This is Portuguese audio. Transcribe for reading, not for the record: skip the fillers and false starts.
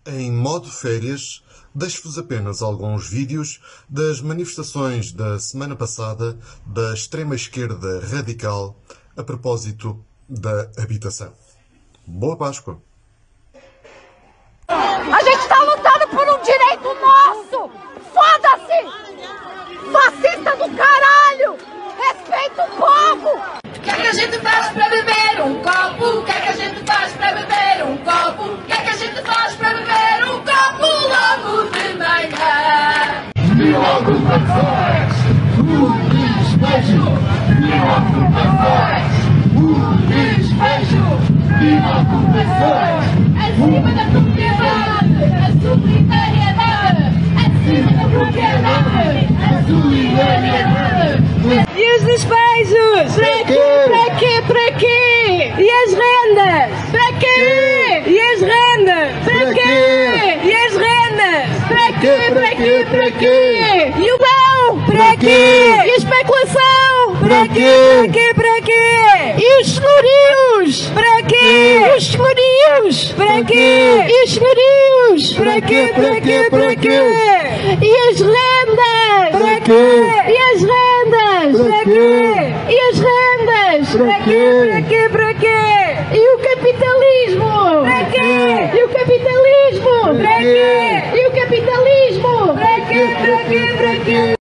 Em modo férias, deixo-vos apenas alguns vídeos das manifestações da semana passada da extrema-esquerda radical a propósito da habitação. Boa Páscoa! A gente está lutando por um direito nosso! Foda-se! Fascista do caralho! Respeita o povo! O que é que a gente faz pra beber um copo? O que é que a gente faz pra beber um copo? O que é que a gente faz pra beber um copo logo de manhã? Viva ocupações! O despejo! Viva ocupações! O despejo! Viva ocupações! Acima da propriedade, a solidariedade! Acima da propriedade, a solidariedade! E os despejos? Para quê? Para quê? Para quê? E as rendas? Para quê? E as rendas? Para quê? E as rendas? Para quê? Para quê? Para quê? E o pão? Para quê? E a especulação? Para quê? Para quê? Para quê? E os senhorios? Para quê? Os senhorios? Para quê? E os senhorios? Para quê? Para quê? Para quê? E as rendas? Para quê? E as rendas? Para quê? E as rendas? Para quê? Para quê? Para quê? E o capitalismo? Para quê? E o capitalismo? Para quê? E o capitalismo? Para quê? Para quê? Para quê?